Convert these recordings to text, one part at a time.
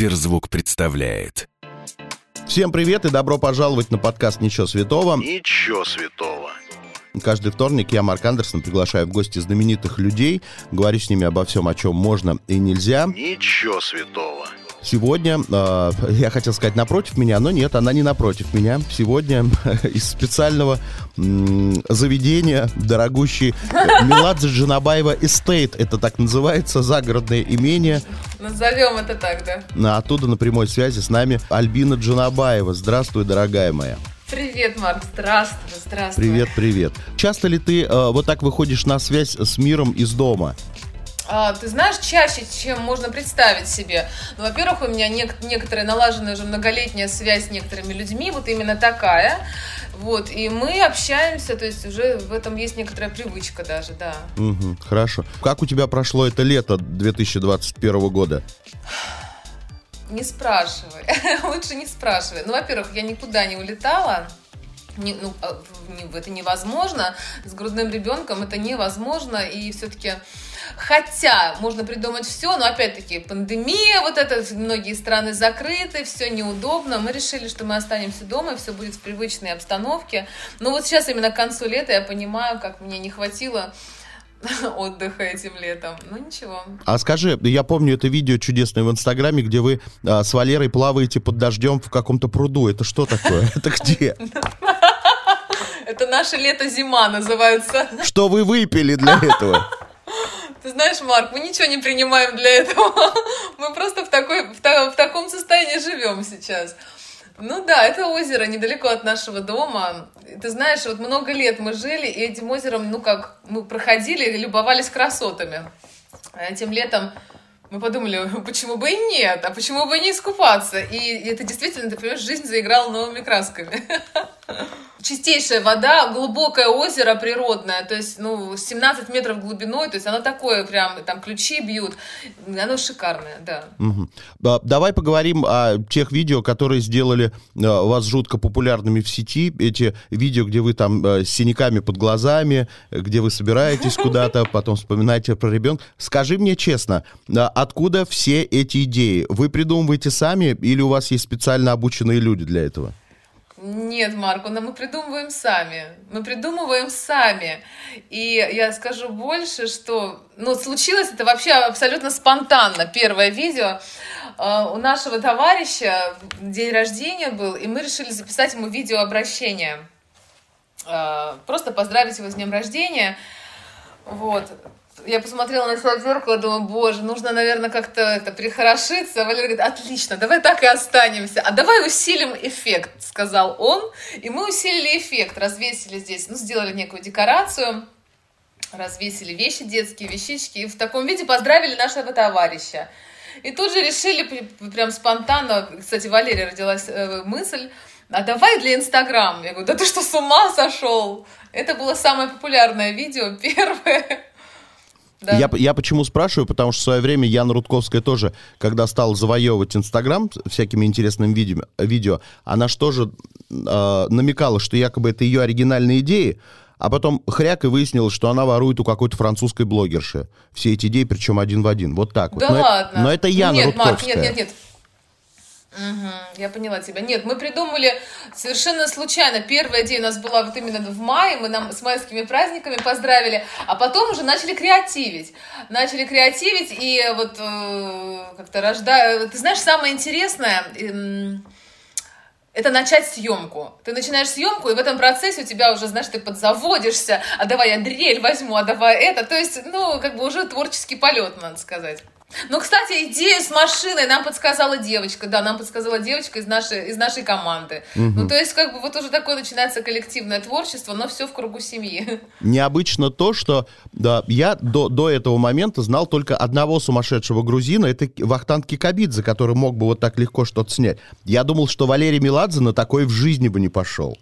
Сберзвук представляет. Всем привет и добро пожаловать на подкаст «Ничего святого». Ничего святого. Каждый вторник я, Марк Андерсон, приглашаю в гости знаменитых людей, говорю с ними обо всем, о чем можно и нельзя. Ничего святого. Сегодня, я хотел сказать напротив меня, но нет, она не напротив меня. Сегодня из специального заведения дорогущий Меладзе Джанабаева Эстейт. Это так называется, загородное имение. Назовем это так, да. Оттуда на прямой связи с нами Альбина Джанабаева. Здравствуй, дорогая моя. Привет, Марк, здравствуй. Привет. Часто ли ты вот так выходишь на связь с миром из дома? Ты знаешь, чаще, чем можно представить себе. Ну, во-первых, у меня некоторая налаженная уже многолетняя связь с некоторыми людьми, вот именно такая. Вот, и мы общаемся, то есть уже в этом есть некоторая привычка даже, да. Угу, хорошо. Как у тебя прошло это лето 2021 года? Не спрашивай, лучше не спрашивай. Ну, во-первых, я никуда не улетала. Это невозможно, с грудным ребенком это невозможно, и все-таки, хотя можно придумать все, но опять-таки пандемия, вот это, многие страны закрыты, все неудобно, мы решили, что мы останемся дома, и все будет в привычной обстановке, но вот сейчас именно к концу лета я понимаю, как мне не хватило отдыха этим летом. Ну ничего. А скажи, я помню это видео чудесное в Инстаграме, где вы с Валерой плаваете под дождем в каком-то пруду. Это что такое? Это где? Это наше лето-зима называется. Что вы выпили для этого? Ты знаешь, Марк, мы ничего не принимаем для этого. Мы просто в таком состоянии живем сейчас. Ну да, это озеро недалеко от нашего дома. Ты знаешь, вот много лет мы жили, и этим озером, мы проходили и любовались красотами. А этим летом мы подумали, почему бы и нет, а почему бы и не искупаться? И это действительно, ты понимаешь, жизнь заиграла новыми красками. Чистейшая вода, глубокое озеро природное, то есть, 17 метров глубиной, то есть оно такое прям, там ключи бьют, оно шикарное, да. Угу. Давай поговорим о тех видео, которые сделали вас жутко популярными в сети, эти видео, где вы там с синяками под глазами, где вы собираетесь куда-то, потом вспоминаете про ребенка. Скажи мне честно, откуда все эти идеи? Вы придумываете сами или у вас есть специально обученные люди для этого? Нет, Марк, мы придумываем сами. И я скажу больше, что случилось это вообще абсолютно спонтанно. Первое видео у нашего товарища день рождения был, и мы решили записать ему видеообращение. Просто поздравить его с днем рождения. Вот. Я посмотрела на себя в зеркало, думаю, боже, нужно, наверное, как-то прихорошиться. Валерий говорит, отлично, давай так и останемся. А давай усилим эффект, сказал он. И мы усилили эффект, развесили здесь, сделали некую декорацию, развесили вещи детские, вещички. И в таком виде поздравили нашего товарища. И тут же решили, прям спонтанно, кстати, Валерия родилась мысль, а давай для Инстаграм. Я говорю, да ты что, с ума сошел? Это было самое популярное видео, первое. Да. Я почему спрашиваю, потому что в свое время Яна Рудковская тоже, когда стала завоевывать Инстаграм всякими интересными видео, она же тоже намекала, что якобы это ее оригинальные идеи, а потом хряк и выяснилось, что она ворует у какой-то французской блогерши. Все эти идеи, причем один в один. Вот так да вот. Ладно. Но это Яна Рудковская. Марк, нет. Угу, я поняла тебя. Нет, мы придумали совершенно случайно. Первая идея у нас была вот именно в мае, мы нам с майскими праздниками поздравили, а потом уже начали креативить. И вот как-то Ты знаешь, самое интересное, это начать съемку. Ты начинаешь съемку, и в этом процессе у тебя уже, знаешь, ты подзаводишься, а давай я дрель возьму, а давай это. То есть, уже творческий полет, надо сказать. Кстати, идею с машиной нам подсказала девочка. Да, нам подсказала девочка из нашей команды. Угу. То есть, вот уже такое начинается коллективное творчество, но все в кругу семьи. Необычно то, что я до этого момента знал только одного сумасшедшего грузина, это Вахтанг Кикабидзе, который мог бы вот так легко что-то снять. Я думал, что Валерий Меладзе на такое в жизни бы не пошел.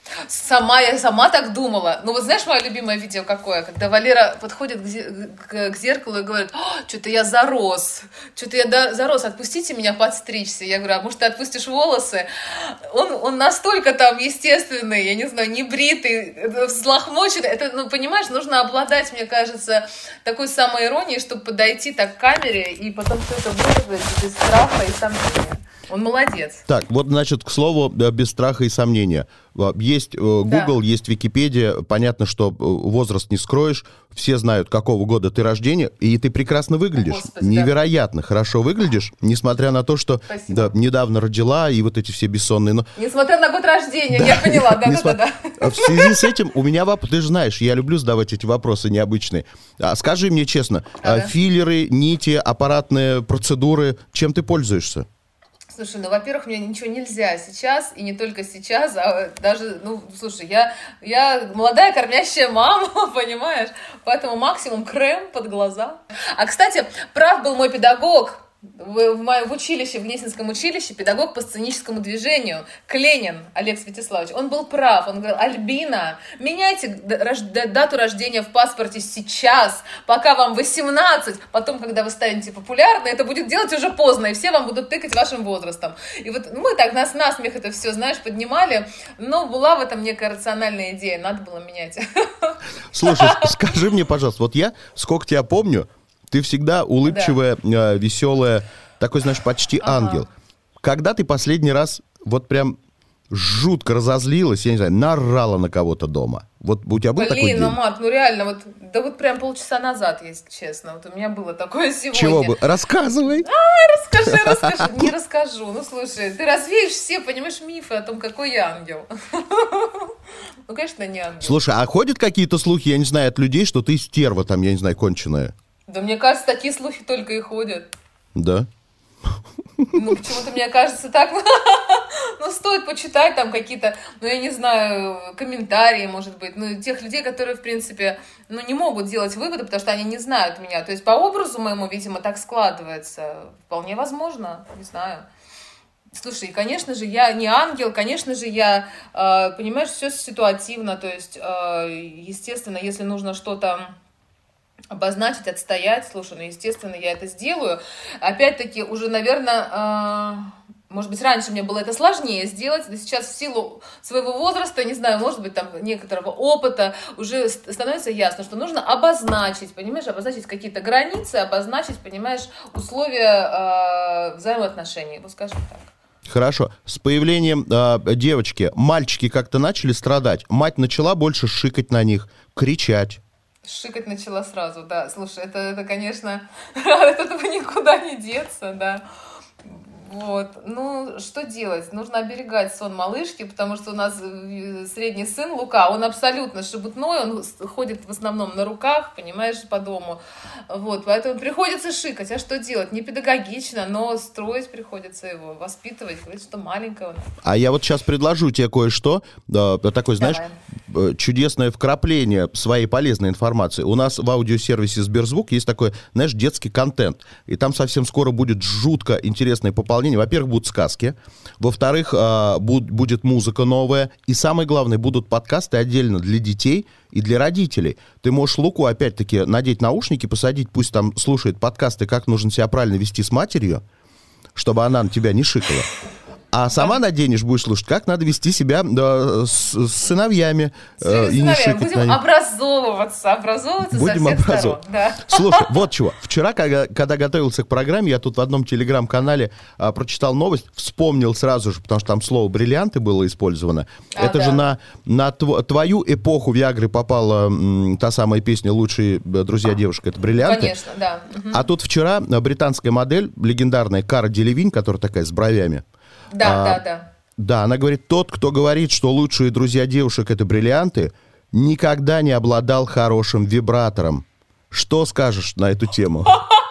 Я сама так думала. Ну, вот знаешь, мое любимое видео какое? Когда Валера подходит к зеркалу и говорит: что-то я зарос, отпустите меня подстричься. Я говорю: а может, ты отпустишь волосы? Он настолько там естественный, я не знаю, не бритый, взлохмоченный. Это, ну, понимаешь, нужно обладать, мне кажется, такой самоиронией, чтобы подойти так к камере и потом все это выразить без страха и сомнения. Он молодец. Так, вот, значит, к слову, без страха и сомнения. Есть Google, да. Есть Википедия. Понятно, что возраст не скроешь. Все знают, какого года ты рождения. И ты прекрасно выглядишь. Господи, невероятно хорошо выглядишь, несмотря на то, что недавно родила, и вот эти все бессонные... Но... Несмотря на год рождения, да. Я поняла. Да. В связи с этим у меня вопрос... Ты же знаешь, я люблю задавать эти вопросы необычные. Скажи мне честно, филлеры, нити, аппаратные процедуры, чем ты пользуешься? Слушай, ну, во-первых, мне ничего нельзя сейчас, и не только сейчас, а даже, ну, слушай, я молодая кормящая мама, понимаешь? Поэтому максимум крем под глаза. А, кстати, прав был мой педагог в училище, в Гнесинском училище, педагог по сценическому движению, Кленин Олег Святиславович. Он был прав, он говорил: Альбина, меняйте дату рождения в паспорте сейчас, пока вам 18, потом, когда вы станете популярны, это будет делать уже поздно, и все вам будут тыкать вашим возрастом. И вот мы так насмех это все, знаешь, поднимали, но была в этом некая рациональная идея, надо было менять. Слушай, скажи мне, пожалуйста, вот я, сколько тебя помню, ты всегда улыбчивая, да. Веселая, такой, знаешь, почти ангел. Когда ты последний раз вот прям жутко разозлилась, я не знаю, наорала на кого-то дома? Вот у тебя был такой день? Блин, Мат, ну реально, вот прям полчаса назад, если честно. Вот у меня было такое сегодня. Чего бы? Рассказывай. Расскажи. Не расскажу. Ну, слушай, ты развеешь все, понимаешь, мифы о том, какой я ангел. Ну, конечно, не ангел. Слушай, а ходят какие-то слухи, я не знаю, от людей, что ты стерва там, я не знаю, конченая? Да мне кажется, такие слухи только и ходят. Да? Ну, почему-то мне кажется так. Ну, стоит почитать там какие-то, ну, я не знаю, комментарии, может быть. Ну, тех людей, которые, в принципе, ну, не могут делать выводы, потому что они не знают меня. То есть по образу моему, видимо, так складывается. Вполне возможно, не знаю. Слушай, конечно же, я не ангел, конечно же, я, понимаешь, все ситуативно. То есть, естественно, если нужно что-то обозначить, отстоять, слушай, ну, естественно, я это сделаю. Опять-таки, уже, наверное, может быть, раньше мне было это сложнее сделать, но сейчас в силу своего возраста, не знаю, может быть, там, некоторого опыта, уже становится ясно, что нужно обозначить, понимаешь, обозначить какие-то границы, обозначить, понимаешь, условия взаимоотношений, вот скажем так. Хорошо. С появлением девочки, мальчики как-то начали страдать? Мать начала больше шикать на них, кричать? Шикать начала сразу, да. Слушай, это конечно, от этого никуда не деться, да. Вот. Ну, что делать? Нужно оберегать сон малышки, потому что у нас средний сын Лука, он абсолютно шебутной, он ходит в основном на руках, понимаешь, по дому. Вот, поэтому приходится шикать. А что делать? Не педагогично, но строить приходится его, воспитывать, говорить, что маленького. А я вот сейчас предложу тебе кое-что, такое, знаешь, чудесное вкрапление своей полезной информации. У нас в аудиосервисе Сберзвук есть такой, знаешь, детский контент. И там совсем скоро будет жутко интересное пополнение. Во-первых, будут сказки. Во-вторых, будет музыка новая. И самое главное, будут подкасты отдельно для детей и для родителей. Ты можешь Луку, опять-таки, надеть наушники, посадить, пусть там слушает подкасты, как нужно себя правильно вести с матерью, чтобы она на тебя не шикала. А сама наденешь, будешь слушать, как надо вести себя с сыновьями. И не шикать. Будем образовываться будем со всех сторон. Да. Слушай, вот чего. Вчера, когда готовился к программе, я тут в одном телеграм-канале прочитал новость, вспомнил сразу же, потому что там слово «бриллианты» было использовано. Это же на твою эпоху Виагры попала та самая песня «Лучшие друзья девушек» — это «Бриллианты». Конечно, да. А тут вчера британская модель, легендарная Кара Делевинь, которая такая с бровями, да, она говорит, тот, кто говорит, что лучшие друзья девушек — это бриллианты, никогда не обладал хорошим вибратором. Что скажешь на эту тему?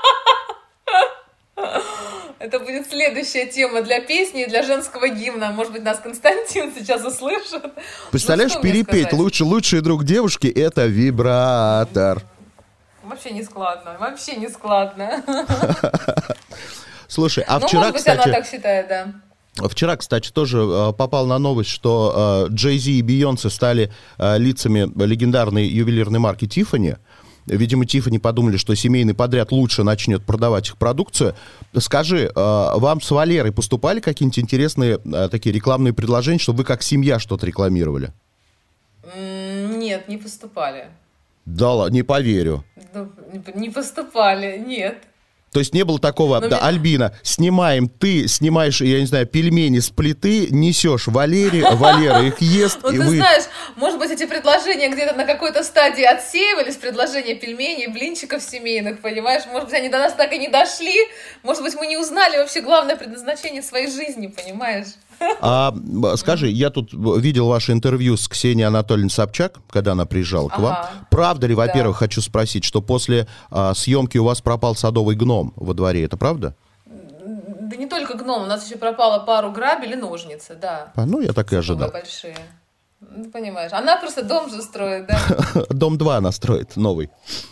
Это будет следующая тема для песни и для женского гимна. Может быть, нас Константин сейчас услышит. Представляешь, перепеть лучший друг девушки — это вибратор. Вообще не складно. Слушай, а ну, вчера, может быть, кстати... она так считает, да. Вчера, кстати, тоже попал на новость, что Джей Зи и Бейонсе стали лицами легендарной ювелирной марки Тиффани. Видимо, Тиффани подумали, что семейный подряд лучше начнет продавать их продукцию. Скажи, вам с Валерой поступали какие-нибудь интересные такие рекламные предложения, чтобы вы как семья что-то рекламировали? Нет, не поступали. Да ладно, не поверю. Не поступали, нет. То есть не было такого, да, Альбина, ты снимаешь, я не знаю, пельмени с плиты, несешь Валере, Валера их ест, и ты знаешь, может быть, эти предложения где-то на какой-то стадии отсеивались, предложения пельменей, блинчиков семейных, понимаешь? Может быть, они до нас так и не дошли, может быть, мы не узнали вообще главное предназначение своей жизни, понимаешь? Скажи, я тут видел ваше интервью с Ксенией Анатольевной Собчак, когда она приезжала к вам. Правда ли, во-первых, хочу спросить, что после съемки у вас пропал садовый гном во дворе, это правда? Да не только гном, у нас еще пропало пару грабель и ножницы, да. Ну, я так и ожидал. Большие. Ну, понимаешь, она просто дом же строит, да? Дом 2 она строит, новый.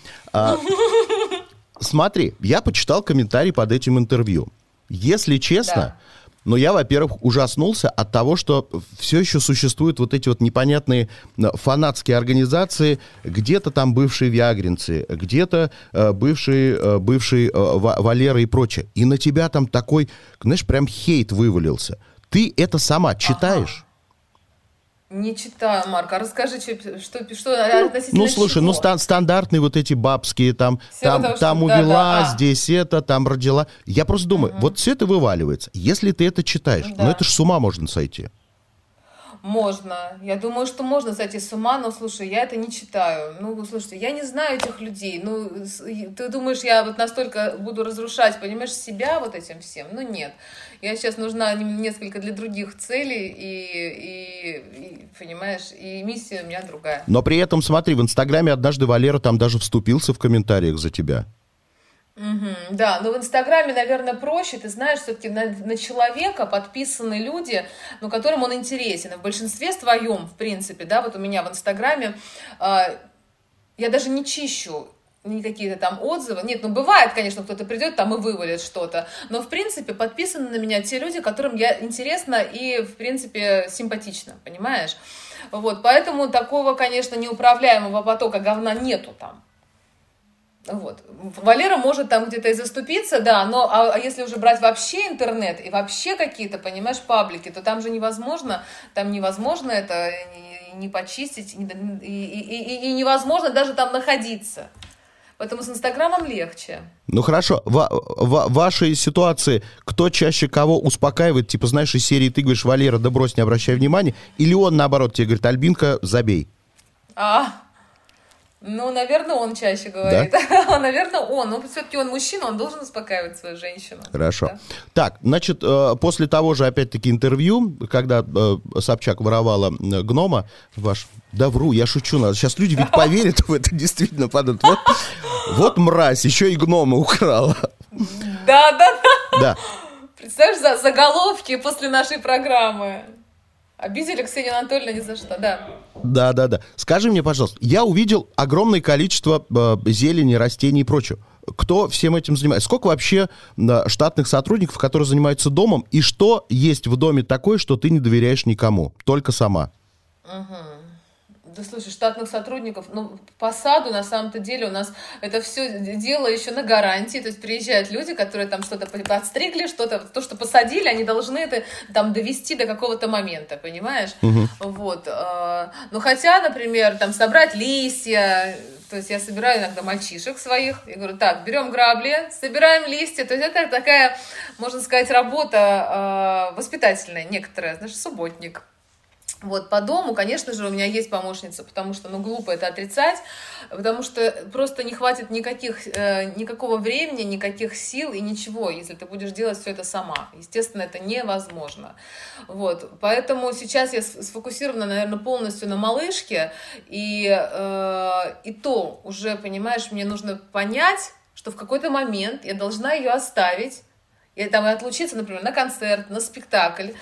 Смотри, я почитал комментарий под этим интервью. Если честно... Но я, во-первых, ужаснулся от того, что все еще существуют вот эти вот непонятные фанатские организации, где-то там бывшие виагринцы, где-то бывшие Валера и прочее. И на тебя там такой, знаешь, прям хейт вывалился. Ты это сама читаешь? Не читаю, Марк, а расскажи, что относительно слушай, чего? Стандартные вот эти бабские, там увела, здесь это, там родила. Я просто думаю, вот все это вываливается. Если ты это читаешь, это ж с ума можно сойти. Можно. Я думаю, что можно сойти с ума, но, слушай, я это не читаю. Ну, слушайте, я не знаю этих людей. Ну, ты думаешь, я вот настолько буду разрушать, понимаешь, себя вот этим всем? Ну, нет. Я сейчас нужна несколько для других целей, и понимаешь, и миссия у меня другая. Но при этом, смотри, в Инстаграме однажды Валера там даже вступился в комментариях за тебя. Да, но в Инстаграме, наверное, проще. Ты знаешь, все-таки на человека подписаны люди, которым он интересен. И в большинстве своем, в принципе, да, вот у меня в Инстаграме я даже не чищу никакие там отзывы. Нет, бывает, конечно, кто-то придет там и вывалит что-то. Но, в принципе, подписаны на меня те люди, которым я интересна и, в принципе, симпатична, понимаешь? Вот, поэтому такого, конечно, неуправляемого потока говна нету там. Вот. Валера может там где-то и заступиться, да, но а если уже брать вообще интернет и вообще какие-то, понимаешь, паблики, то там же невозможно это не почистить, и невозможно даже там находиться. Поэтому с Инстаграмом легче. Ну хорошо, в вашей ситуации кто чаще кого успокаивает, типа, знаешь, из серии ты говоришь, Валера, да брось, не обращай внимания, или он, наоборот, тебе говорит, Альбинка, забей? Ну, наверное, он чаще говорит. Да? Наверное, он. Но все-таки он мужчина, он должен успокаивать свою женщину. Хорошо. Да? Так, значит, после того же, опять-таки, интервью, когда Собчак воровала гнома ваш... Да вру, я шучу. Сейчас люди ведь поверят в это, действительно падают. Вот мразь, еще и гнома украла. Да. Представляешь, заголовки после нашей программы. Обидели Ксению Анатольевну ни за что, да. Да. Скажи мне, пожалуйста, я увидел огромное количество зелени, растений и прочего. Кто всем этим занимается? Сколько вообще штатных сотрудников, которые занимаются домом? И что есть в доме такое, что ты не доверяешь никому? Только сама. Да слушай, штатных сотрудников, по саду на самом-то деле у нас это все дело еще на гарантии, то есть приезжают люди, которые там что-то подстригли, то, что посадили, они должны это там довести до какого-то момента, понимаешь? Вот. Ну, хотя, например, там собрать листья, то есть я собираю иногда мальчишек своих, я говорю, так, берем грабли, собираем листья, то есть это такая, можно сказать, работа воспитательная некоторая, знаешь, субботник. Вот, по дому, конечно же, у меня есть помощница, потому что, глупо это отрицать, потому что просто не хватит никакого времени, никаких сил и ничего, если ты будешь делать все это сама. Естественно, это невозможно. Вот, поэтому сейчас я сфокусирована, наверное, полностью на малышке, и то уже, понимаешь, мне нужно понять, что в какой-то момент я должна ее оставить, и там отлучиться, например, на концерт, на спектакль,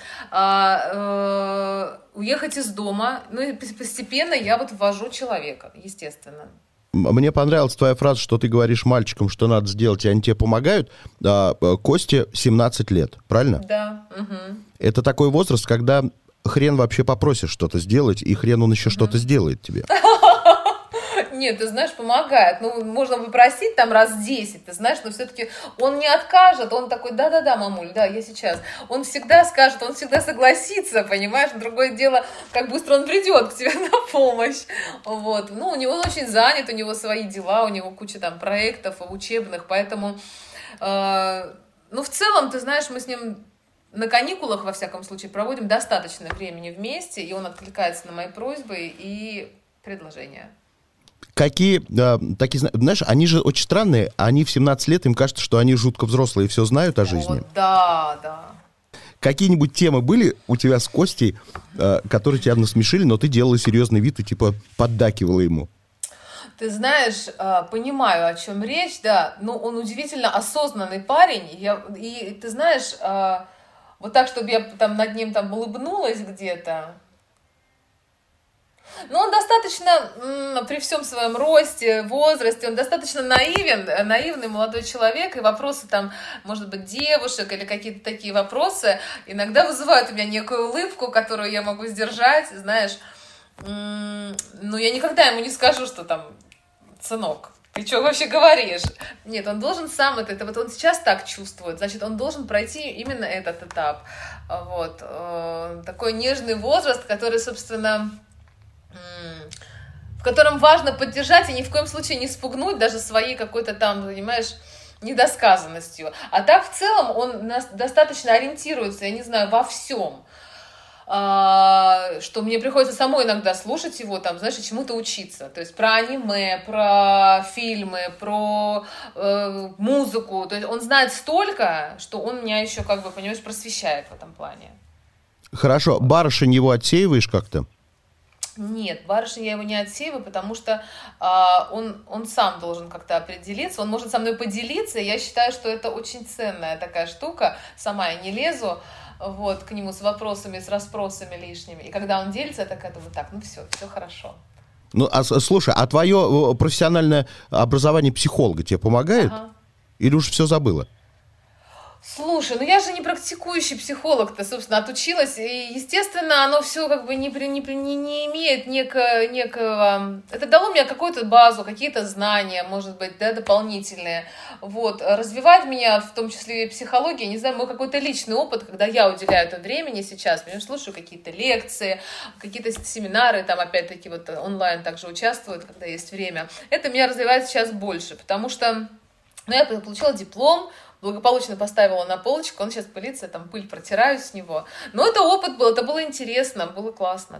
уехать из дома. Ну и постепенно я вот ввожу человека, естественно. Мне понравилась твоя фраза, что ты говоришь мальчикам, что надо сделать, и они тебе помогают. Косте 17 лет, правильно? Да. Угу. Это такой возраст, когда хрен вообще попросишь что-то сделать, и хрен он еще что-то сделает тебе. Нет, ты знаешь, помогает. Ну, можно попросить там раз 10, ты знаешь, но все-таки он не откажет, он такой, да-да-да, мамуль, да, я сейчас. Он всегда скажет, он всегда согласится, понимаешь? Другое дело, как быстро он придет к тебе на помощь. Вот. Ну, у него он очень занят, у него свои дела, у него куча там проектов учебных, поэтому, ну, в целом, ты знаешь, мы с ним на каникулах, во всяком случае, проводим достаточно времени вместе, и он откликается на мои просьбы и предложения. Какие, такие, знаешь, они же очень странные, они в 17 лет, им кажется, что они жутко взрослые и все знают о жизни. О, да. Какие-нибудь темы были у тебя с Костей, которые тебя насмешили, но ты делала серьезный вид и типа поддакивала ему? Ты знаешь, понимаю, о чем речь, да, но он удивительно осознанный парень, и ты знаешь, вот так, чтобы я там над ним там улыбнулась где-то. Но он достаточно, при всем своем росте, возрасте, он достаточно наивный молодой человек, и вопросы там, может быть, девушек или какие-то такие вопросы иногда вызывают у меня некую улыбку, которую я могу сдержать, знаешь. Но я никогда ему не скажу, что там, сынок, ты что вообще говоришь? Нет, он должен сам это вот он сейчас так чувствует, значит, он должен пройти именно этот этап. Вот. Такой нежный возраст, который, собственно, в котором важно поддержать и ни в коем случае не спугнуть даже своей какой-то там, понимаешь, недосказанностью. А так в целом он достаточно ориентируется, я не знаю, во всем. Что мне приходится самой иногда слушать его, там, знаешь, и чему-то учиться. То есть про аниме, про фильмы, про музыку. То есть он знает столько, что он меня еще, как бы, понимаешь, просвещает в этом плане. Хорошо. Барышень его отсеиваешь как-то? Нет, барышень я его не отсеиваю, потому что он сам должен как-то определиться, он может со мной поделиться, и я считаю, что это очень ценная такая штука, сама я не лезу вот, к нему с вопросами, с расспросами лишними, и когда он делится, я такая думаю, так, ну все хорошо. Ну, слушай, а твое профессиональное образование психолога тебе помогает? Ага. Или уж все забыла? Слушай, ну я же не практикующий психолог-то, собственно, отучилась, и, естественно, оно все как бы не имеет некого... Это дало мне какую-то базу, какие-то знания, может быть, да, дополнительные, вот, развивать меня, в том числе и психология, не знаю, мой какой-то личный опыт, когда я уделяю это времени сейчас, понимаешь, слушаю какие-то лекции, какие-то семинары, там, опять-таки, вот, онлайн также участвуют, когда есть время, это меня развивает сейчас больше, потому что, ну, я получила диплом, благополучно поставила на полочку, он сейчас пылится, там пыль протираю с него. Но это опыт был, это было интересно, было классно,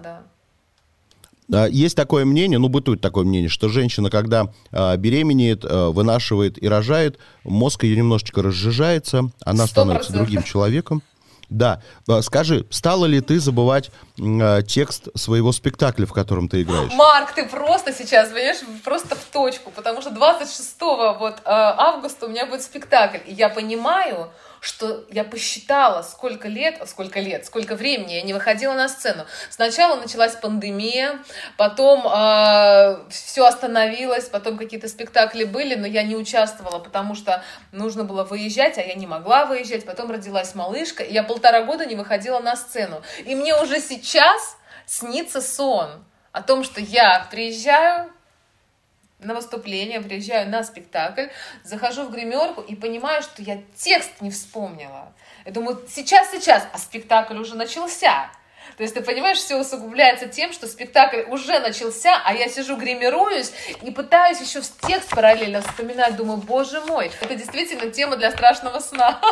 да. Есть такое мнение, ну, бытует такое мнение, что женщина, когда беременеет, вынашивает и рожает, мозг ее немножечко разжижается, она 100%. становится другим человеком. Да. Скажи, стала ли ты забывать текст своего спектакля, в котором ты играешь? Марк, ты просто сейчас, понимаешь, просто в точку, потому что 26 августа у меня будет спектакль, и я понимаю, что я посчитала, сколько времени я не выходила на сцену. Сначала началась пандемия, потом все остановилось, потом какие-то спектакли были, но я не участвовала, потому что нужно было выезжать, а я не могла выезжать. Потом родилась малышка, и я 1,5 года не выходила на сцену. И мне уже сейчас снится сон о том, что я приезжаю на выступление, приезжаю на спектакль, захожу в гримерку и понимаю, что я текст не вспомнила. Я думаю, сейчас, а спектакль уже начался. То есть, ты понимаешь, все усугубляется тем, что спектакль уже начался, а я сижу, гримируюсь и пытаюсь еще в текст параллельно вспоминать. Думаю, боже мой, это действительно тема для страшного сна.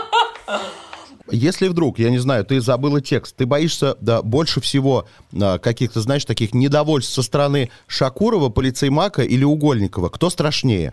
Если вдруг, я не знаю, ты забыла текст, ты боишься больше всего каких-то, знаешь, таких недовольств со стороны Шакурова, Полицеймака или Угольникова? Кто страшнее?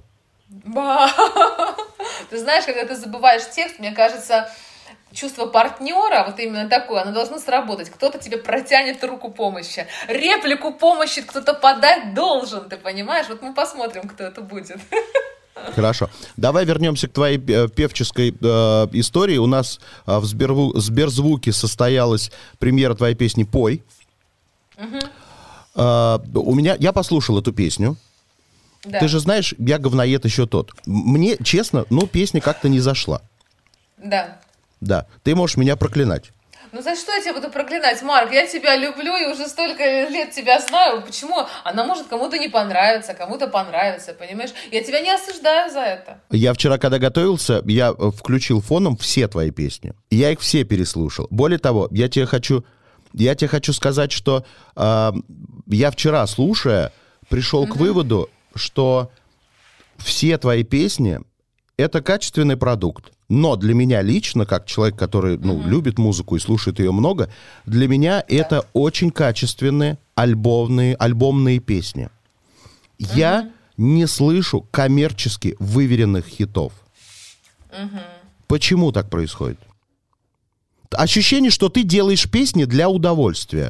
Ты знаешь, когда ты забываешь текст, мне кажется, чувство партнера, вот именно такое, оно должно сработать. Кто-то тебе протянет руку помощи. Реплику помощи кто-то подать должен, ты понимаешь? Вот мы посмотрим, кто это будет. Хорошо. Давай вернемся к твоей певческой истории. У нас в Сберзвуке состоялась премьера твоей песни «Пой». Я послушал эту песню. Да. Ты же знаешь, я говноед еще тот. Мне, честно, песня как-то не зашла. Да. Да, ты можешь меня проклинать. Ну, за что я тебя буду проклинать, Марк? Я тебя люблю и уже столько лет тебя знаю. Почему? Она может кому-то не понравиться, кому-то понравится, понимаешь? Я тебя не осуждаю за это. Я вчера, когда готовился, я включил фоном все твои песни. Я их все переслушал. Более того, я тебе хочу сказать, что я вчера, слушая, пришел к выводу, что все твои песни — это качественный продукт. Но для меня лично, как человек, который любит музыку и слушает ее много, для меня это очень качественные альбомные песни. Я не слышу коммерчески выверенных хитов. Почему так происходит? Ощущение, что ты делаешь песни для удовольствия.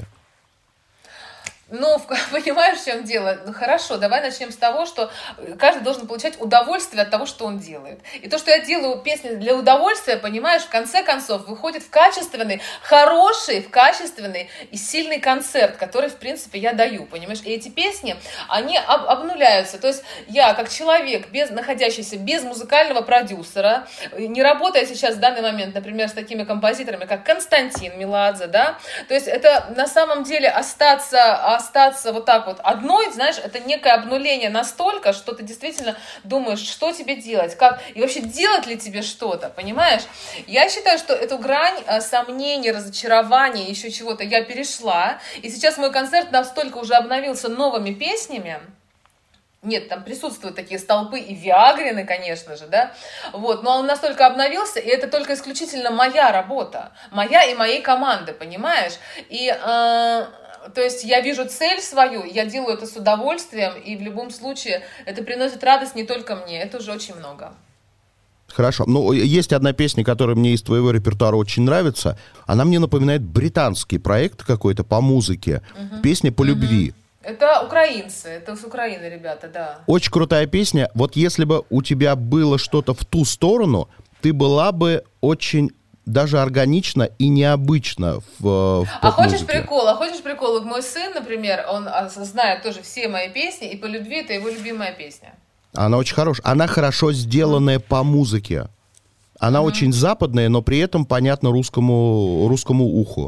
Ну, понимаешь, в чем дело? Ну, хорошо, давай начнем с того, что каждый должен получать удовольствие от того, что он делает. И то, что я делаю песни для удовольствия, понимаешь, в конце концов, выходит в качественный, хороший, в качественный и сильный концерт, который, в принципе, я даю, понимаешь? И эти песни, они обнуляются. То есть я, как человек, находящийся без музыкального продюсера, не работая сейчас в данный момент, например, с такими композиторами, как Константин Меладзе, да, то есть это на самом деле остаться вот так вот одной, знаешь, это некое обнуление настолько, что ты действительно думаешь, что тебе делать, как, и вообще делать ли тебе что-то, понимаешь? Я считаю, что эту грань сомнений, разочарования, еще чего-то я перешла, и сейчас мой концерт настолько уже обновился новыми песнями. Нет, там присутствуют такие столпы и Виагрины, конечно же, да, вот, но он настолько обновился, и это только исключительно моя работа, моя и моей команды, понимаешь, и, то есть я вижу цель свою, я делаю это с удовольствием, и в любом случае это приносит радость не только мне, это уже очень много. Хорошо. Ну, есть одна песня, которая мне из твоего репертуара очень нравится, она мне напоминает британский проект какой-то по музыке, песня «По любви». Это украинцы, это с Украины ребята, да. Очень крутая песня. Вот если бы у тебя было что-то в ту сторону, ты была бы очень даже органично и необычно в поп-музыке. Хочешь прикол? Вот мой сын, например, он знает тоже все мои песни, и «По любви» — это его любимая песня. Она очень хорошая. Она хорошо сделанная по музыке. Она очень западная, но при этом понятна русскому уху.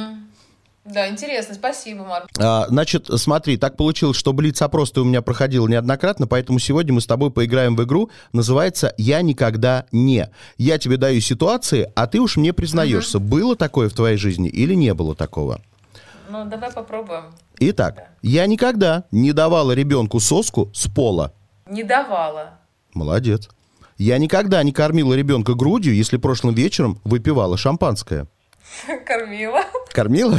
Да, интересно, спасибо, Марк. Значит, смотри, так получилось, что блиц-опрос ты у меня проходил неоднократно, поэтому сегодня мы с тобой поиграем в игру, называется «Я никогда не». Я тебе даю ситуации, а ты уж мне признаешься, было такое в твоей жизни или не было такого? Ну, давай попробуем. Итак, я никогда не давала ребенку соску с пола. Не давала. Молодец. Я никогда не кормила ребенка грудью, если прошлым вечером выпивала шампанское. Кормила. Кормила?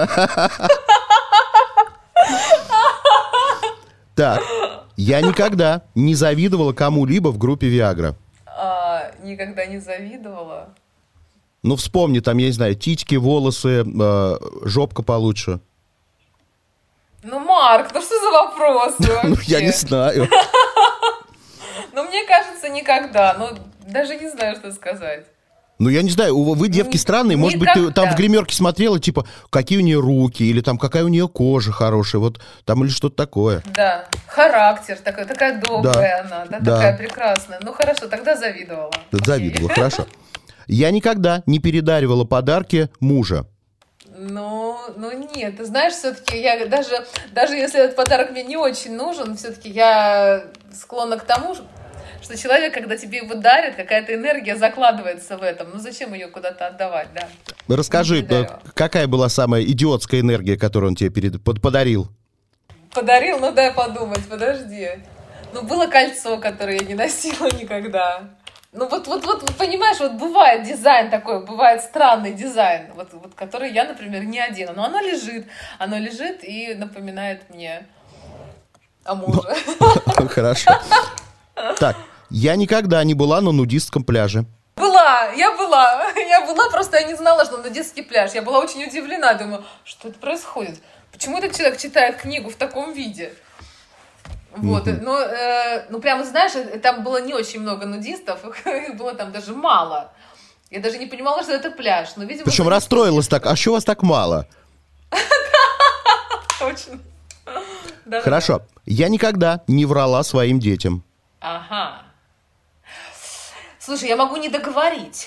Так, я никогда не завидовала кому-либо в группе Viagra. Никогда не завидовала? Ну, вспомни, там, я не знаю, титьки, волосы, жопка получше. Ну, Марк, ну что за вопросы вообще? Ну, я не знаю. Ну, мне кажется, никогда. Ну, даже не знаю, что сказать. Ну, я не знаю, вы, девки, странные. Может быть, ты там в гримерке смотрела, типа, какие у нее руки, или там какая у нее кожа хорошая, вот там или что-то такое. Да, характер такой, такая добрая она, да, такая прекрасная. Ну, хорошо, тогда завидовала. Завидовала, хорошо. Я никогда не передаривала подарки мужа. Ну нет, ты знаешь, все-таки я даже если этот подарок мне не очень нужен, все-таки я склонна к тому, что человек, когда тебе его дарит, какая-то энергия закладывается в этом. Ну зачем ее куда-то отдавать, да? Расскажи, какая была самая идиотская энергия, которую он тебе подарил? Подарил? Ну дай подумать, подожди. Ну было кольцо, которое я не носила никогда. Ну вот понимаешь, вот бывает дизайн такой, бывает странный дизайн, вот который я, например, не одену. Но оно лежит и напоминает мне о муже. Хорошо. Так, я никогда не была на нудистском пляже. Я была, просто я не знала, что нудистский пляж. Я была очень удивлена, думаю, что это происходит? Почему этот человек читает книгу в таком виде? Вот, ну прямо, знаешь, там было не очень много нудистов, их было там даже мало. Я даже не понимала, что это пляж. Но, видимо, причем расстроилась так, а что вас так мало? Точно. Хорошо. Я никогда не врала своим детям. Ага. Слушай, я могу не договорить.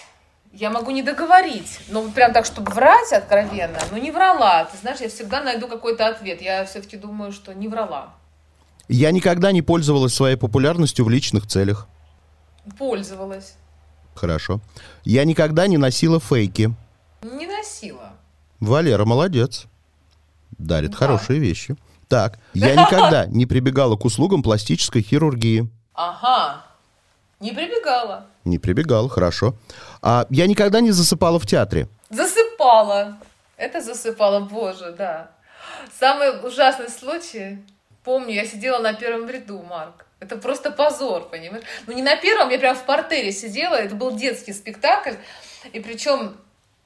Ну, прям так, чтобы врать откровенно, но не врала. Ты знаешь, я всегда найду какой-то ответ. Я все-таки думаю, что не врала. Я никогда не пользовалась своей популярностью в личных целях. Пользовалась. Хорошо. Я никогда не носила фейки. Не носила. Валера молодец. Дарит Да. хорошие вещи. Так, я никогда не прибегала к услугам пластической хирургии. Ага. Не прибегала. Не прибегала, хорошо. А я никогда не засыпала в театре. Засыпала. Это засыпала, боже, да. Самый ужасный случай. Помню, я сидела на первом ряду, Марк. Это просто позор, понимаешь? Ну, не на первом, я прям в партере сидела. Это был детский спектакль. И причем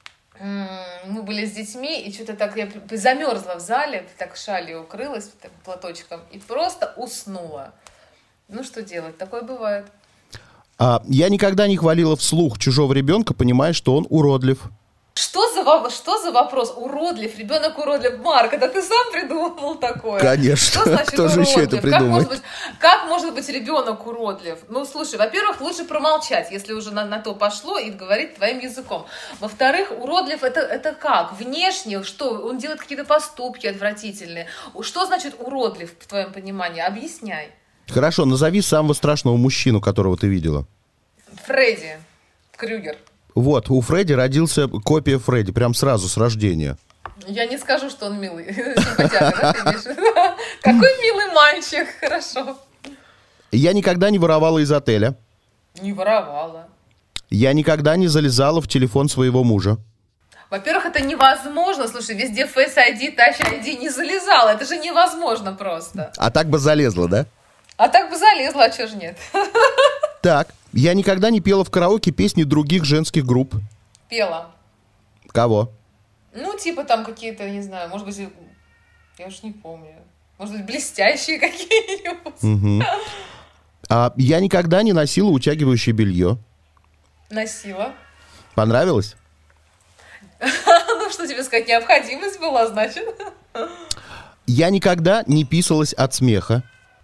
мы были с детьми, и что-то так я замерзла в зале, так шалью укрылась, так, платочком, и просто уснула. Ну, что делать? Такое бывает. А я никогда не хвалила вслух чужого ребенка, понимая, что он уродлив. Что за вопрос? Уродлив, ребенок уродлив. Марк, это ты сам придумал такое? Конечно. Что значит Кто же еще это уродлив? придумает? Как может быть ребенок уродлив? Ну, слушай, во-первых, лучше промолчать, если уже на то пошло, и говорить твоим языком. Во-вторых, уродлив это как? Внешне, что? Он делает какие-то поступки отвратительные. Что значит уродлив, в твоем понимании? Объясняй. Хорошо, назови самого страшного мужчину, которого ты видела. Фредди Крюгер. Вот, у Фредди родился копия Фредди, прям сразу с рождения. Я не скажу, что он милый. Симпатяга, да, ты имеешь в виду? Какой милый мальчик, хорошо. Я никогда не воровала из отеля. Не воровала. Я никогда не залезала в телефон своего мужа. Во-первых, это невозможно. Слушай, везде Face ID, Touch ID не залезала. Это же невозможно просто. А так бы залезла, да? А так бы залезла, а чё ж нет? Так, я никогда не пела в караоке песни других женских групп. Пела. Кого? Ну, типа там какие-то, не знаю, может быть, я уж не помню. Может быть, блестящие какие-нибудь. Угу. А я никогда не носила утягивающее белье. Носила. Понравилось? Ну, что тебе сказать, необходимость была, значит. Я никогда не писалась от смеха.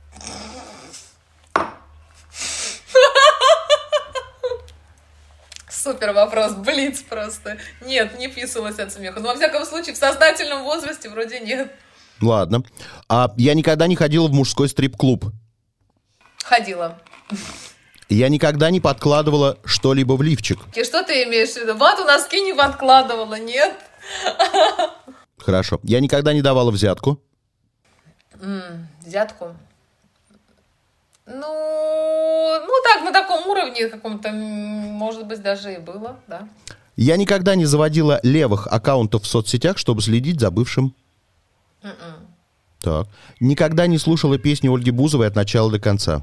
Супер вопрос, блиц просто. Нет, не писалась от смеха. Ну, во всяком случае, в сознательном возрасте вроде нет. Ладно. А я никогда не ходила в мужской стрип-клуб. Ходила. Я никогда не подкладывала что-либо в лифчик. И что ты имеешь в виду? Вату носки не подкладывала, нет? Хорошо. Я никогда не давала взятку. Взятку? Ну, так, на таком уровне каком-то, может быть, даже и было, да. Я никогда не заводила левых аккаунтов в соцсетях, чтобы следить за бывшим. Так. Никогда не слушала песни Ольги Бузовой от начала до конца.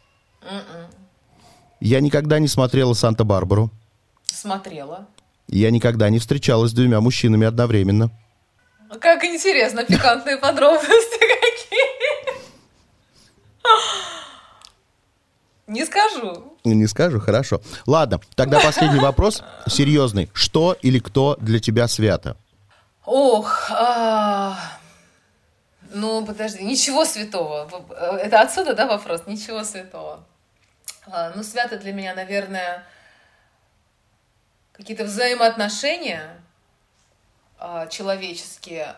Я никогда не смотрела «Санта-Барбару». Смотрела. Я никогда не встречалась с двумя мужчинами одновременно. Как интересно, пикантные подробности какие. Не скажу. Не скажу, хорошо. Ладно, тогда последний вопрос, серьезный. Что или кто для тебя свято? Ох, ну, подожди, ничего святого. Это отсюда, да, вопрос? Ничего святого. Ну, свято для меня, наверное, какие-то взаимоотношения человеческие,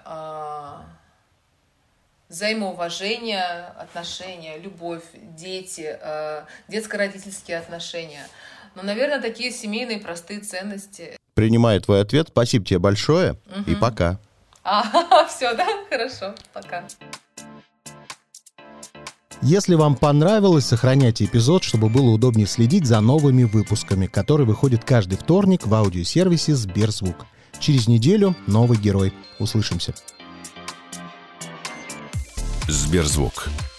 взаимоуважение, отношения, любовь, дети, детско-родительские отношения. Ну, наверное, такие семейные простые ценности. Принимаю твой ответ. Спасибо тебе большое. И пока. Все, да? Хорошо, пока. Если вам понравилось, сохраняйте эпизод, чтобы было удобнее следить за новыми выпусками, которые выходят каждый вторник в аудиосервисе Сберзвук. Через неделю новый герой. Услышимся. Сберзвук.